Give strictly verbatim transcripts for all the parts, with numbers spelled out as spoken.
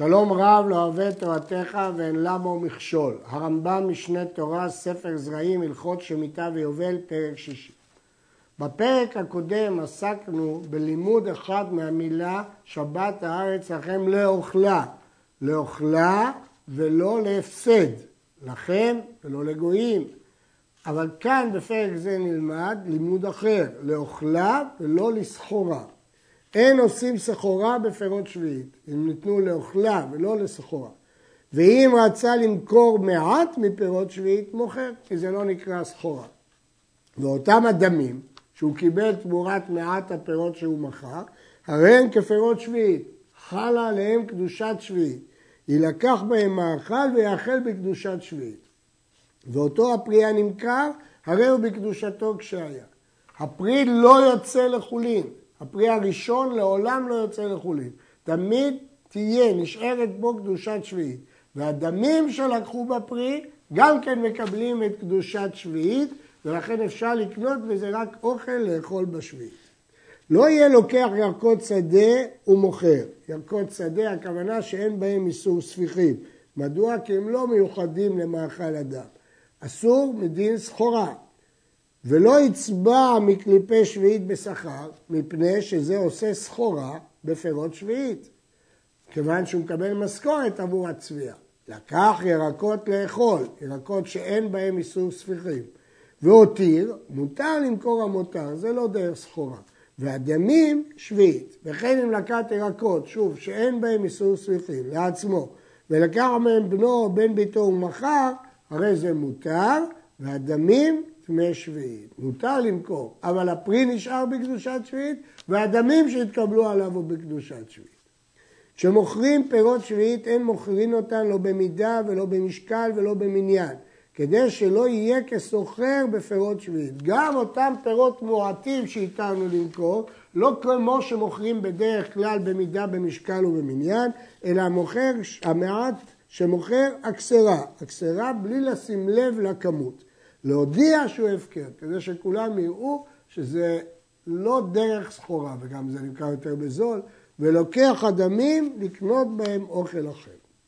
שלום רב לא אוהב את תורתך ואין למו מכשול. הרמב"ם משנה תורה, ספר זרעים, הלכות שמיטה ויובל, פרק שישי. בפרק הקודם עסקנו בלימוד אחד מהמילה שבת הארץ לכם לאוכלה. לאוכלה ולא להפסד, לכם ולא לגויים. אבל כאן בפרק זה נלמד לימוד אחר, לאוכלה ולא לסחורה. אין עושים סחורה בפירות שביעית, אם ניתנו לאוכלה ולא לסחורה. ואם רצה למכור מעט מפירות שביעית, מוכר, כי זה לא נקרא סחורה. ואותם הדמים, שהוא קיבל תמורת מעט הפירות שהוא מכר, הרי הם כפירות שביעית, חלה עליהם קדושת שביעית. יילקח בהם מאכל ויאכל בקדושת שביעית. ואותו הפרי הנמכר, הרי הוא בקדושתו כשהיה. הפרי לא יוצא לחולין. הפרי הראשון לעולם לא יוצא לחולין. תמיד תהיה, נשארת בו קדושת שביעית. והדמים שלקחו בפרי גם כן מקבלים את קדושת שביעית, ולכן אפשר לקנות וזה רק אוכל לאכול בשביעית. לא יהיה לוקח ירקות שדה ומוכר. ירקות שדה, הכוונה שאין בהם איסור ספיחים. מדוע? כי הם לא מיוחדים למאכל אדם. אסור מדין סחורה. ולא יצבע מקליפי שביעית בשכר, מפני שזה עושה סחורה בפירות שביעית. כיוון שהוא מקבל משכורת עבור הצביעה. לקח ירקות לאכול, ירקות שאין בהם איסור ספיחים. והותיר, מותר למכור המותר, זה לא דרך סחורה. והדמים שביעית. וכן אם לקח ירקות, שוב, שאין בהם איסור ספיחים, לעצמו, ולקח מהם בנו או בן ביתו ומכר, הרי זה מותר, והדמים טמא שביעית. מותר למכור, אבל הפרי נשאר בקדושת שביעית, והדמים שהתקבלו עליו הוא בקדושת שביעית. כשמוכרים פירות שביעית, אין מוכרים אותן לא במידה ולא במשקל ולא במניין, כדי שלא יהיה כסוחר בפירות שביעית. גם אותם פירות מועטים שאיתנו למכור, לא כמו שמוכרים בדרך כלל במידה, במשקל ובמניין, אלא המוכר, המעט שמוכר אקסרה, אקסרה בלי לשים לב לכמות. להודיע שהוא הפקר, כדי שכולם יראו שזה לא דרך סחורה, וגם זה נמכר יותר בזול, ולוקח אדמים לקנות בהם אוכל אחר.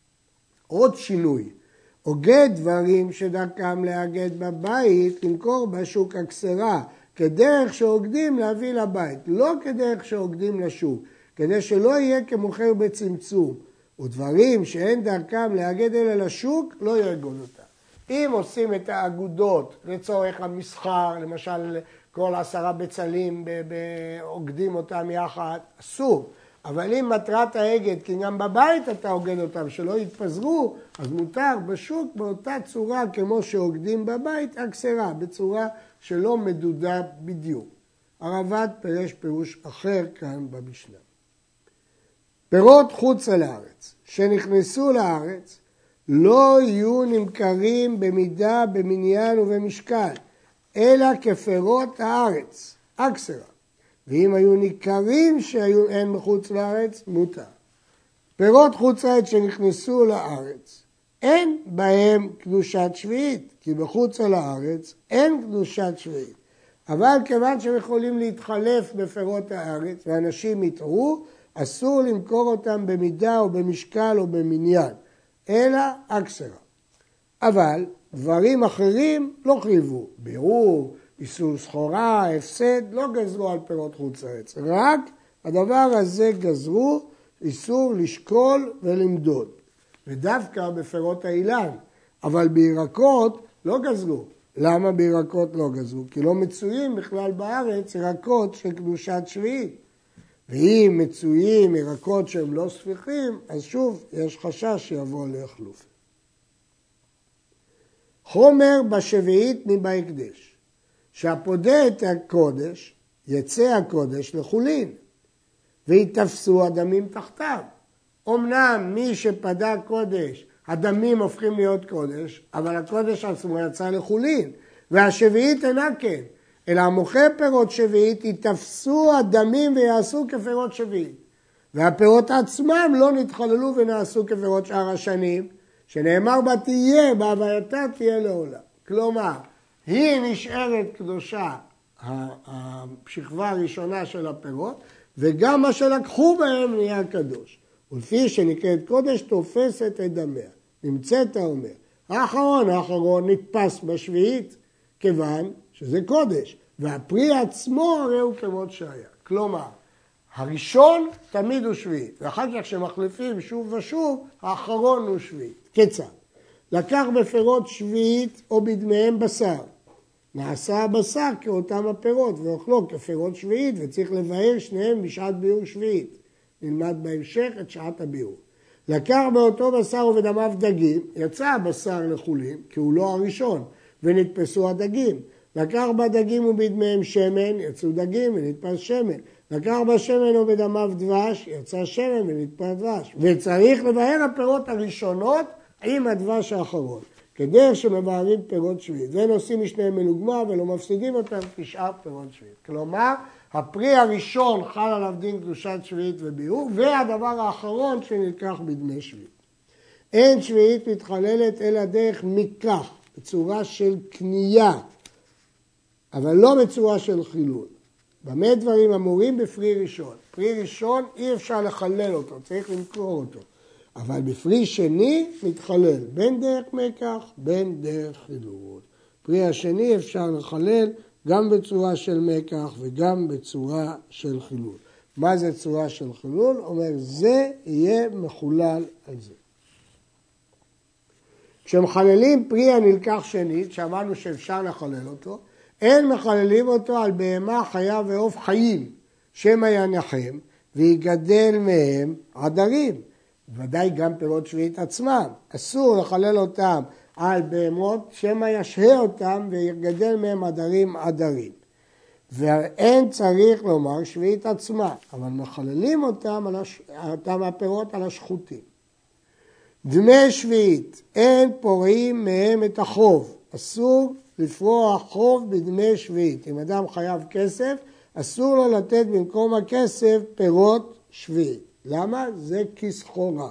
עוד שינוי, אוגד דברים שדרכם להגד בבית, למכור בשוק אקסרה, כדרך שאוגדים להביא לבית, לא כדרך שאוגדים לשוק, כדי שלא יהיה כמוכר בצמצום, ודברים שאין דרכם להגד אלא לשוק, לא יאגוד אותם. אם עושים את האגודות לצורך המסחר, למשל כל עשרה בצלים, עוגדים אותם יחד, אסור. אבל אם מטרת האגד, כי גם בבית אתה עוגד אותם, שלא יתפזרו, אז מותר בשוק באותה צורה כמו שעוגדים בבית, אקסרה, בצורה שלא מדודה בדיוק. הרב"ד פירש פירוש אחר כאן במשנה. פירות חוץ על הארץ, שנכנסו לארץ, לא יהיו נמכרים במידה, במניין ובמשקל, אלא כפירות הארץ, אקסרה. ואם היו ניכרים שאין מחוץ לארץ, מותר. פירות חוץ לארץ שנכנסו לארץ, אין בהם קדושת שביעית, כי בחוץ לארץ אין קדושת שביעית. אבל כיוון שהם יכולים להתחלף בפירות הארץ, ואנשים יטעו, אסור למכור אותם במידה או במשקל או במניין. אלא אקסרה. אבל דברים אחרים לא חייבו. בירור, איסור סחורה, הפסד, לא גזרו על פירות חוץ לארץ. רק הדבר הזה גזרו איסור לשקול ולמדוד. ודווקא בפירות האילן. אבל בירקות לא גזרו. למה בירקות לא גזרו? כי לא מצויים בכלל בארץ ירקות של קדושת שביעית. ואם מצויים ירקות שהם לא ספיחים, אז שוב יש חשש שיבוא להחלוף. חומר בשביעית מבהקדש, שהפודה את הקודש, יצא הקודש לחולין, ויתפסו הדמים תחתיו. אמנם מי שפדה קודש, הדמים הופכים להיות קודש, אבל הקודש עצמו יצא לחולין, והשביעית אינה כן. אלא המוכר פירות שביעית יתפסו הדמים ויעשו כפירות שביעית. והפירות עצמם לא נתחוללו ונעשו כפירות שאר השנים, שנאמר בה תהיה, בהווייתה תהיה לעולם. כלומר, היא נשארת קדושה, השכבה הראשונה של הפירות, וגם מה שלקחו בהם נהיה קדוש. ולפי שנקראת קודש תופסת את דמיה. נמצאת אומר, האחרון האחרון נתפס בשביעית, כיוון שזה קודש, והפרי עצמו הרי הוא כמות שהיה. כלומר, הראשון תמיד הוא שביעית, ואחר כך שמחליפים שוב ושוב, האחרון הוא שביעית. כיצד? לקח בפירות שביעית או בדמיהם בשר. נעשה הבשר כאותם הפירות ואוכלו כפירות שביעית, וצריך לבאר שניהם בשעת ביאור שביעית. נלמד בהמשך את שעת הביאור. לקח באותו בשר ובדמיו דגים, יצא הבשר לחולין, כי הוא לא הראשון, ונתפסו הדגים. לקח בדגים ובדמיהם שמן, יצאו דגים ונתפס שמן. לקח בשמן ובדמיו דבש, יצא שמן ונתפס דבש. וצריך לבאר הפירות הראשונות עם הדבש האחרון. כדרך שמבארים פירות שביעית. ואין עושים משניהם מלוגמה ולא מפסידים אותם כשאר פירות שביעית. כלומר, הפרי הראשון חל עליו דין קדושת שביעית וביאור, והדבר האחרון שנלקח בדמי שביעית. אין שביעית מתחללת אלא דרך מקח, בצורה של קנייה, אבל לא בצורה של חילול. במה דברים אמורים? בפרי ראשון. פרי ראשון אי אפשר לחלל אותו, צריך למכור אותו. אבל בפרי שני מתחלל, בין דרך מקח, בין דרך חילול. פרי השני אפשר לחלל גם בצורה של מקח וגם בצורה של חילול. מה זה צורה של חילול? אומר, זה יהיה מחולל על זה. כשמחללים פרי הנלקח שנית, שאמרנו שאפשר לחלל אותו, אין מחללים אותו על בהמה, חיה ועוף חיים, שמא ינחם, ויגדל מהם עדרים. ודאי גם פירות שביעית עצמם. אסור לחלל אותם על בהמות, שמא ישהה אותם ויגדל מהם עדרים עדרים. ואין צריך לומר שביעית עצמה, אבל מחללים אותם, על הש... אותם הפירות על השחוטים. דמי שביעית, אין פורעים מהם את החוב. אסור לפרוע חוב בדמי שביעית. אם אדם חייב כסף, אסור לו לתת במקום הכסף פירות שביעית. למה? זה כסחורה.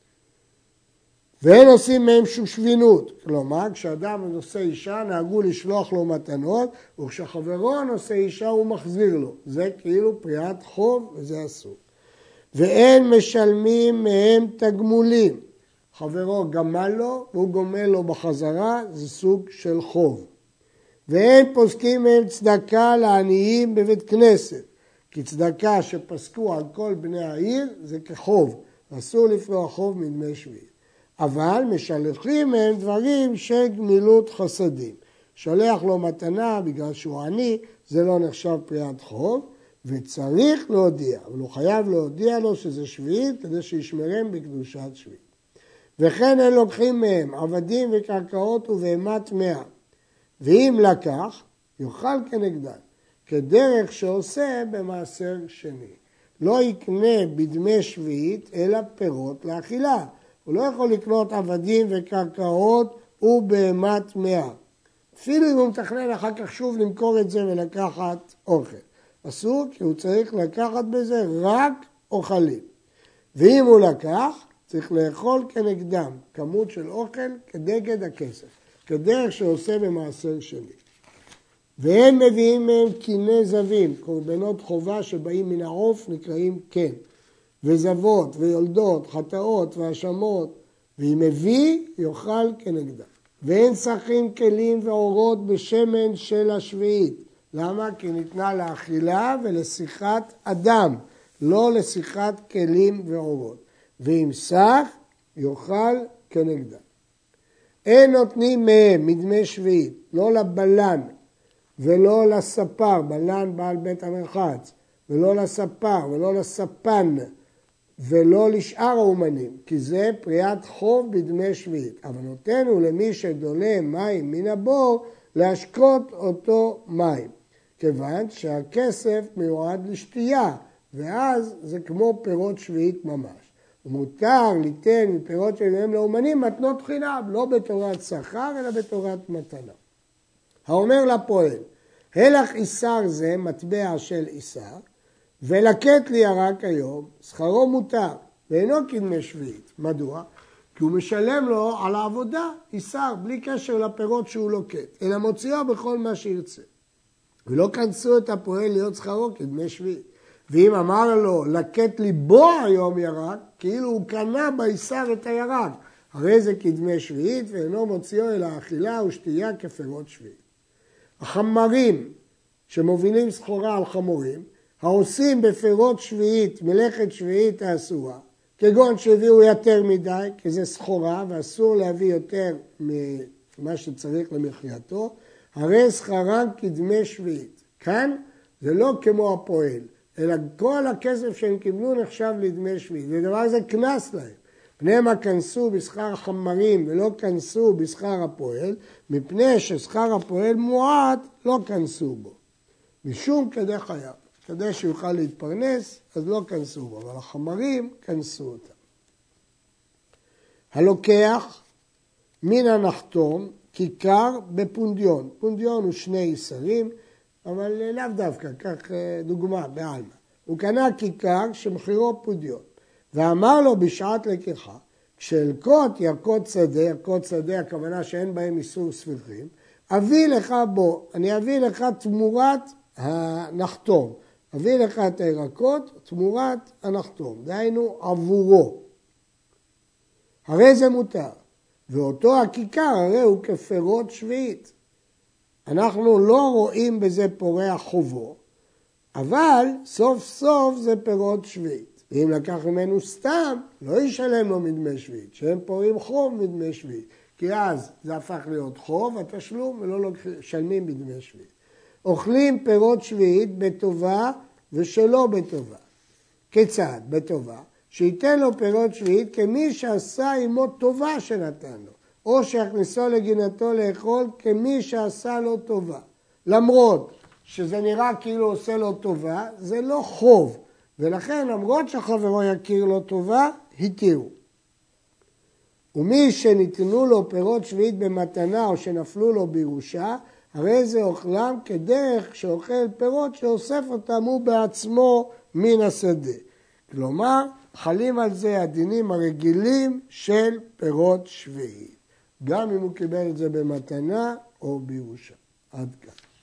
ואין עושים מהם שושבינות. כלומר, כשאדם נושא אישה, נהגו לשלוח לו מתנות, וכשחברו נושא אישה, הוא מחזיר לו. זה כאילו פריעת חוב, וזה אסור. ואין משלמים מהם תגמולים. חברו גמל לו, והוא גומל לו בחזרה, זה סוג של חוב. ואין פוסקים מהם צדקה לעניים בבית כנסת. כי צדקה שפסקו על כל בני העיר זה כחוב, אסור לפרוע חוב מדמי שביעית. אבל משלחים מהם דברים של גמילות חסדים. שולח לו מתנה בגלל שהוא עני, זה לא נחשב פריעת חוב, וצריך להודיע, אבל הוא חייב להודיע לו שזה שביעית, כדי שישמרם בקדושת שביעית. וכן הם לוקחים מהם עבדים וקרקעות ובהמת מאה, ואם לקח, יאכל כנגדן. כדרך שעושה במעשר שני. לא יקנה בדמי שביעית אלא פירות לאכילה. הוא לא יכול לקנות עבדים וקרקעות ובהמת מאה. אפילו אם הוא מתכנן אחר כך שוב למכור את זה ולקחת אוכל. אסור, כי הוא צריך לקחת בזה רק אוכלים. ואם הוא לקח, צריך לאכול כנגדם כמות של אוכל כנגד הכסף. כדרך שעושה במעשר שני. והם מביאים מהם קיני זבים, קורבנות חובה שבאים מן העוף נקראים קן, וזבות ויולדות, חטאות והאשמות, ואם מביא יאכל כנגדם. ואין שכים כלים ועורות בשמן של השביעית. למה? כי ניתנה לאכילה ולשיחת אדם, לא לשיחת כלים ועורות. ואם שח יאכל כנגדם. אין נותנים מהם מדמי שביעית, לא לבלן, ולא לספר, בלן בעל בית המרחץ, ולא לספר, ולא לספן, ולא לשאר האומנים, כי זה פריעת חוב בדמי שביעית. אבל נותנו למי שדולה מים מן הבור, להשקות אותו מים, כיוון שהכסף מיועד לשתייה, ואז זה כמו פירות שביעית ממש. ומותר ליתן מפירות שלהם לאומנים מתנות חינם, לא בתורת שכר, אלא בתורת מתנה. האומר לפועל, הלך איסר זה מטבע של איסר, ולקט לי ירק היום, שכרו מותר, ואינו כדמי שביעית. מדוע? כי הוא משלם לו על העבודה איסר, בלי קשר לפירות שהוא לוקט, אלא מוציאו בכל מה שירצה. ולא כנסו את הפועל להיות שכרו כדמי שביעית. ואם אמר לו, לקט ליבו היום ירק, כאילו הוא קנה בישר את הירק. הרי זה כדמי שביעית, ואינו מוציאו אלא אכילה ושתייה כפירות שביעית. החמרים שמובילים סחורה על חמורים, העושים בפירות שביעית, מלאכת שביעית האסורה, כגון שהביאו יותר מדי, כי זה סחורה ואסור להביא יותר ממה שצריך למחייתו, הרי שכרם כדמי שביעית. כאן זה לא כמו הפועל, אלא כל הכסף שהם קיבלו נחשב לדמי שביעית, ודבר זה כנס להם. פנימה כנסו בשכר החמרים ולא כנסו בשכר הפועל, מפני ששכר הפועל מועט לא כנסו בו. משום כדי חייב, כדי שיוכל להתפרנס, אז לא כנסו בו, אבל החמרים כנסו אותם. הלוקח מן הנחתום כיכר בפונדיון. פונדיון הוא שני איסרים, אבל לאו דווקא, כך דוגמה, בעלמא. הוא קנה כיכר שמחירו פונדיון, ואמר לו בשעת לקיחה, כשאלקות ירקות שדה, ירקות שדה הכוונה שאין בהם איסור ספיחים, אביא לך בו, אני אביא לך תמורת הנחתום, אביא לך את הירקות תמורת הנחתום, דהיינו עבורו. הרי זה מותר, ואותו הכיכר הרי הוא כפירות שביעית. אנחנו לא רואים בזה פורע חובו, אבל סוף סוף זה פירות שביעית. ואם לקח ממנו סתם, לא ישלם לו מדמי שביעית, שהם פורעים חוב מדמי שביעית. כי אז זה הפך להיות חוב, התשלום, ולא משלמים מדמי שביעית. אוכלים פירות שביעית בטובה ושלא בטובה. כיצד? בטובה. שייתן לו פירות שביעית כמי שעשה עמו טובה שנתן לו. או שיכניסו לגינתו לאכול כמי שעשה לו טובה. למרות שזה נראה כאילו עושה לו טובה, זה לא חוב. ולכן למרות שחברו יכיר לו טובה, התירו. ומי שניתנו לו פירות שביעית במתנה או שנפלו לו בירושה, הרי זה אוכלם כדרך שאוכל פירות שאוסף אותם הוא בעצמו מן השדה. כלומר, חלים על זה הדינים הרגילים של פירות שביעית, גם אם הוא קיבל את זה במתנה או בירושה. עד כאן.